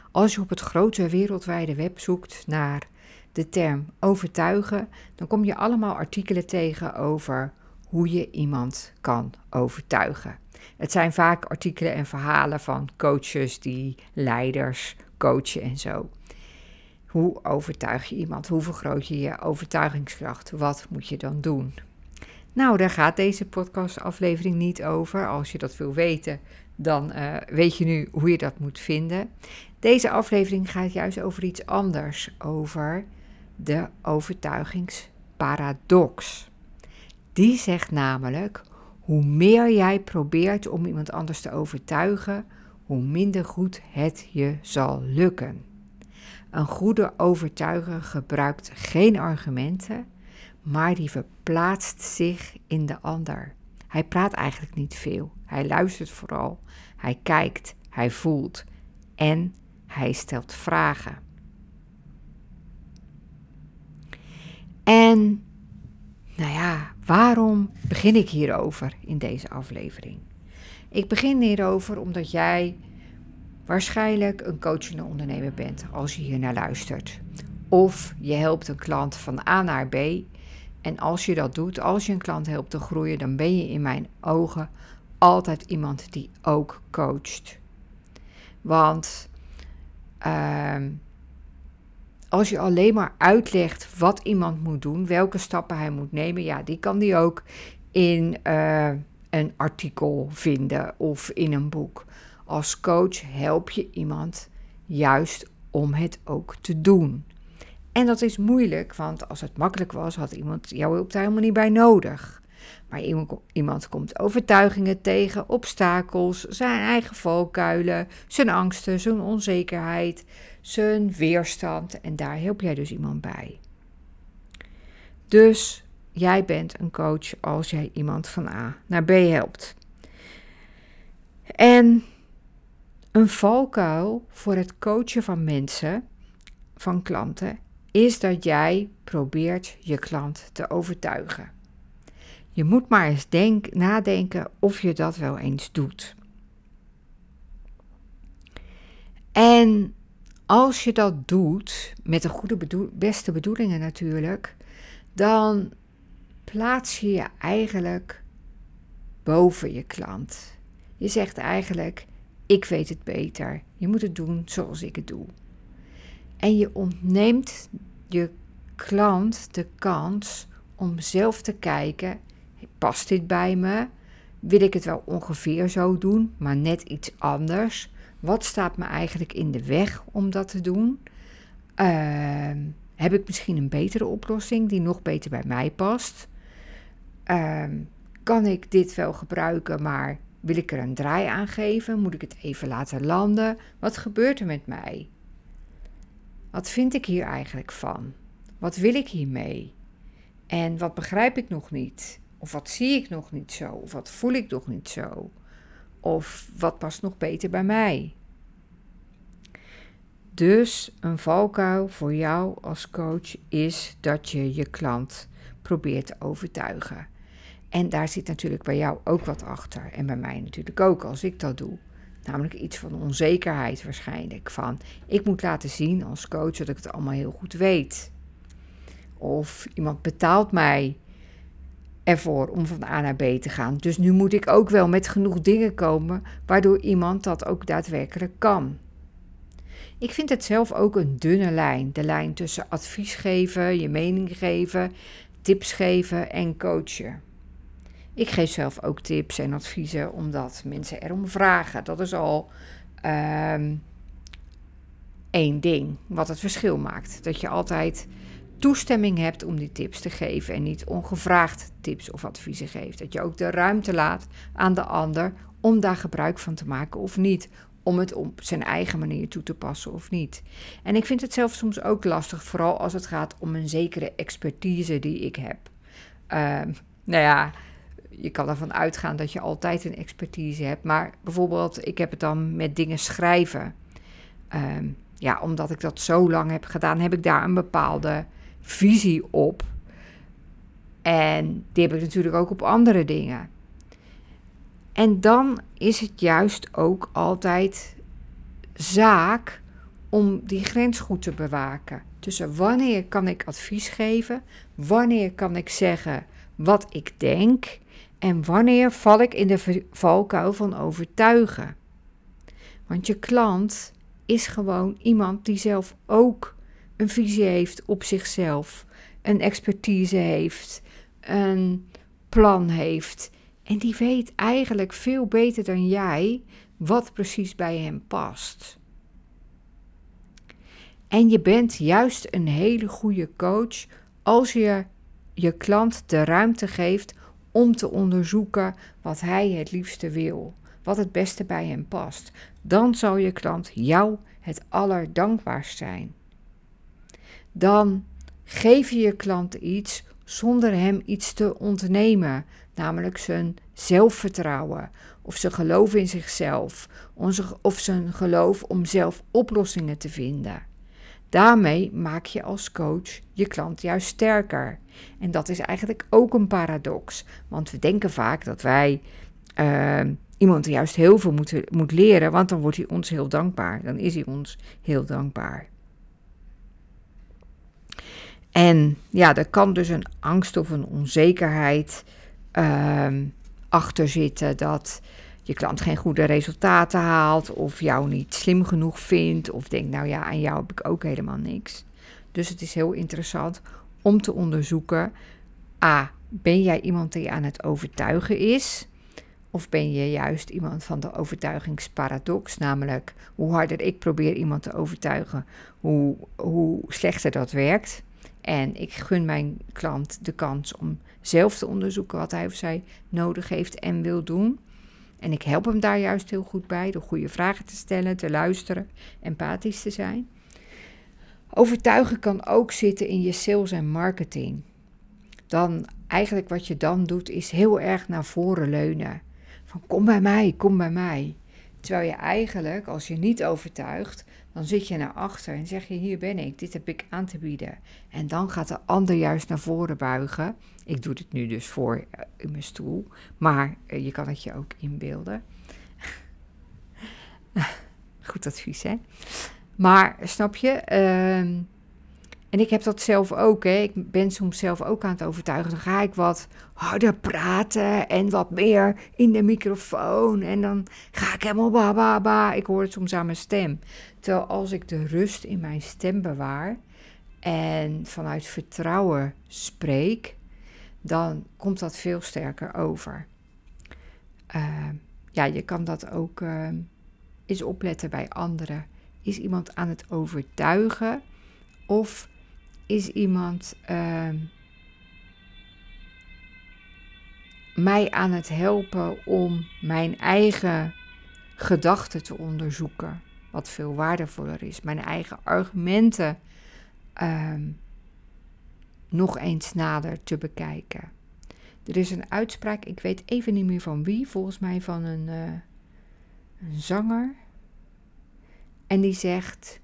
Als je op het grote wereldwijde web zoekt naar de term overtuigen, dan kom je allemaal artikelen tegen over hoe je iemand kan overtuigen. Het zijn vaak artikelen en verhalen van coaches die leiders coachen en zo. Hoe overtuig je iemand? Hoe vergroot je je overtuigingskracht? Wat moet je dan doen? Nou, daar gaat deze podcastaflevering niet over. Als je dat wil weten, dan weet je nu hoe je dat moet vinden. Deze aflevering gaat juist over iets anders, over de overtuigingsparadox. Die zegt namelijk, hoe meer jij probeert om iemand anders te overtuigen, hoe minder goed het je zal lukken. Een goede overtuiger gebruikt geen argumenten, maar die verplaatst zich in de ander. Hij praat eigenlijk niet veel. Hij luistert vooral. Hij kijkt, hij voelt en hij stelt vragen. En, waarom begin ik hierover in deze aflevering? Ik begin hierover omdat jij waarschijnlijk een coachende ondernemer bent als je hier naar luistert. Of je helpt een klant van A naar B. En als je dat doet, als je een klant helpt te groeien, dan ben je in mijn ogen altijd iemand die ook coacht. Want als je alleen maar uitlegt wat iemand moet doen, welke stappen hij moet nemen, die kan die ook in een artikel vinden of in een boek. Als coach help je iemand juist om het ook te doen. En dat is moeilijk, want als het makkelijk was, had iemand jouw hulp daar helemaal niet bij nodig. Maar iemand komt overtuigingen tegen, obstakels, zijn eigen valkuilen, zijn angsten, zijn onzekerheid, zijn weerstand. En daar help jij dus iemand bij. Dus jij bent een coach als jij iemand van A naar B helpt. En een valkuil voor het coachen van mensen, van klanten, is dat jij probeert je klant te overtuigen. Je moet maar eens nadenken of je dat wel eens doet. En als je dat doet, met de beste bedoelingen natuurlijk, dan plaats je je eigenlijk boven je klant. Je zegt eigenlijk, ik weet het beter. Je moet het doen zoals ik het doe. En je ontneemt je klant de kans om zelf te kijken, past dit bij me? Wil ik het wel ongeveer zo doen, maar net iets anders? Wat staat me eigenlijk in de weg om dat te doen? Heb ik misschien een betere oplossing die nog beter bij mij past? Kan ik dit wel gebruiken, maar wil ik er een draai aan geven? Moet ik het even laten landen? Wat gebeurt er met mij? Wat vind ik hier eigenlijk van? Wat wil ik hiermee? En wat begrijp ik nog niet? Of wat zie ik nog niet zo? Of wat voel ik nog niet zo? Of wat past nog beter bij mij? Dus een valkuil voor jou als coach is dat je je klant probeert te overtuigen. En daar zit natuurlijk bij jou ook wat achter. En bij mij natuurlijk ook als ik dat doe. Namelijk iets van onzekerheid waarschijnlijk. Van, ik moet laten zien als coach dat ik het allemaal heel goed weet. Of iemand betaalt mij ervoor om van A naar B te gaan. Dus nu moet ik ook wel met genoeg dingen komen, waardoor iemand dat ook daadwerkelijk kan. Ik vind het zelf ook een dunne lijn. De lijn tussen advies geven, je mening geven, tips geven en coachen. Ik geef zelf ook tips en adviezen omdat mensen erom vragen. Dat is al één ding wat het verschil maakt. Dat je altijd toestemming hebt om die tips te geven en niet ongevraagd tips of adviezen geeft. Dat je ook de ruimte laat aan de ander om daar gebruik van te maken of niet. Om het op zijn eigen manier toe te passen of niet. En ik vind het zelf soms ook lastig, vooral als het gaat om een zekere expertise die ik heb. Je kan ervan uitgaan dat je altijd een expertise hebt. Maar bijvoorbeeld, ik heb het dan met dingen schrijven. Omdat ik dat zo lang heb gedaan, heb ik daar een bepaalde visie op. En die heb ik natuurlijk ook op andere dingen. En dan is het juist ook altijd zaak om die grens goed te bewaken. Tussen wanneer kan ik advies geven, wanneer kan ik zeggen wat ik denk en wanneer val ik in de valkuil van overtuigen. Want je klant is gewoon iemand die zelf ook een visie heeft op zichzelf, een expertise heeft, een plan heeft. En die weet eigenlijk veel beter dan jij wat precies bij hem past. En je bent juist een hele goede coach als je je klant de ruimte geeft om te onderzoeken wat hij het liefste wil, wat het beste bij hem past. Dan zal je klant jou het allerdankbaarst zijn. Dan geef je je klant iets zonder hem iets te ontnemen, namelijk zijn zelfvertrouwen of zijn geloof in zichzelf of zijn geloof om zelf oplossingen te vinden. Daarmee maak je als coach je klant juist sterker. En dat is eigenlijk ook een paradox, want we denken vaak dat wij iemand juist heel veel moet leren, want dan wordt hij ons heel dankbaar. Dan is hij ons heel dankbaar. En ja, er kan dus een angst of een onzekerheid achter zitten dat je klant geen goede resultaten haalt of jou niet slim genoeg vindt of denkt, nou ja, aan jou heb ik ook helemaal niks. Dus het is heel interessant om te onderzoeken, ben jij iemand die aan het overtuigen is? Of ben je juist iemand van de overtuigingsparadox, namelijk hoe harder ik probeer iemand te overtuigen, hoe slechter dat werkt. En ik gun mijn klant de kans om zelf te onderzoeken wat hij of zij nodig heeft en wil doen. En ik help hem daar juist heel goed bij, door goede vragen te stellen, te luisteren, empathisch te zijn. Overtuigen kan ook zitten in je sales en marketing. Dan eigenlijk wat je dan doet is heel erg naar voren leunen. Van kom bij mij, kom bij mij. Terwijl je eigenlijk, als je niet overtuigt, dan zit je naar achter en zeg je, hier ben ik, dit heb ik aan te bieden. En dan gaat de ander juist naar voren buigen. Ik doe dit nu dus voor in mijn stoel, maar je kan het je ook inbeelden. Goed advies, hè? Maar snap je, en ik heb dat zelf ook, hè. Ik ben soms zelf ook aan het overtuigen. Dan ga ik wat harder praten en wat meer in de microfoon. En dan ga ik helemaal ba. Ik hoor het soms aan mijn stem. Terwijl als ik de rust in mijn stem bewaar en vanuit vertrouwen spreek, dan komt dat veel sterker over. Je kan dat ook eens opletten bij anderen. Is iemand aan het overtuigen of is iemand mij aan het helpen om mijn eigen gedachten te onderzoeken, wat veel waardevoller is, mijn eigen argumenten nog eens nader te bekijken. Er is een uitspraak, ik weet even niet meer van wie, volgens mij van een zanger. En die zegt,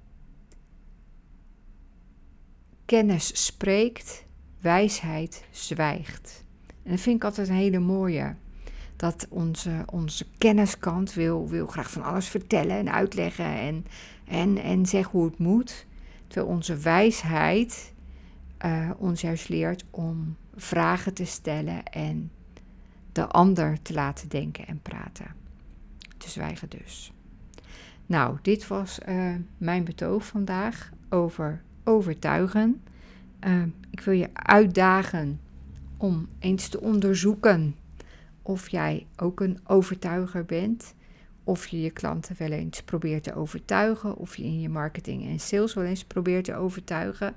kennis spreekt, wijsheid zwijgt. En dat vind ik altijd een hele mooie. Dat onze kenniskant wil graag van alles vertellen en uitleggen en zeggen hoe het moet. Terwijl onze wijsheid ons juist leert om vragen te stellen en de ander te laten denken en praten. Te zwijgen dus. Nou, dit was mijn betoog vandaag over overtuigen. Ik wil je uitdagen om eens te onderzoeken of jij ook een overtuiger bent. Of je je klanten wel eens probeert te overtuigen. Of je in je marketing en sales wel eens probeert te overtuigen.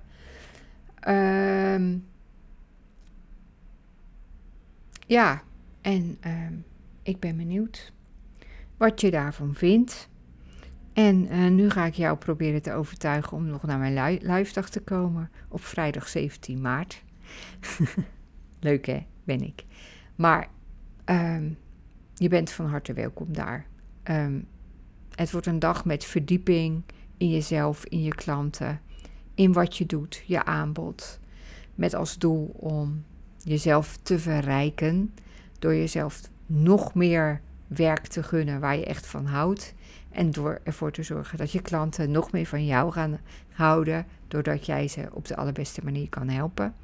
Ik ben benieuwd wat je daarvan vindt. En nu ga ik jou proberen te overtuigen om nog naar mijn live dag te komen op vrijdag 17 maart. Leuk hè, ben ik. Maar je bent van harte welkom daar. Het wordt een dag met verdieping in jezelf, in je klanten, in wat je doet, je aanbod. Met als doel om jezelf te verrijken door jezelf nog meer werk te gunnen waar je echt van houdt. En door ervoor te zorgen dat je klanten nog meer van jou gaan houden, doordat jij ze op de allerbeste manier kan helpen.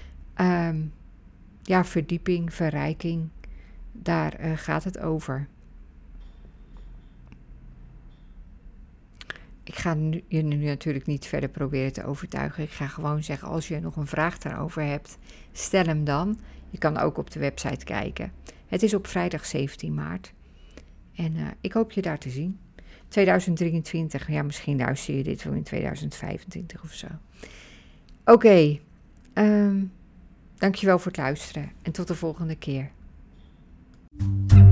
Verdieping, verrijking, daar gaat het over. Ik ga je nu natuurlijk niet verder proberen te overtuigen. Ik ga gewoon zeggen, als je nog een vraag daarover hebt, stel hem dan. Je kan ook op de website kijken. Het is op vrijdag 17 maart. En ik hoop je daar te zien. 2023, ja, misschien luister je dit wel in 2025 of zo. Oké, dankjewel voor het luisteren en tot de volgende keer.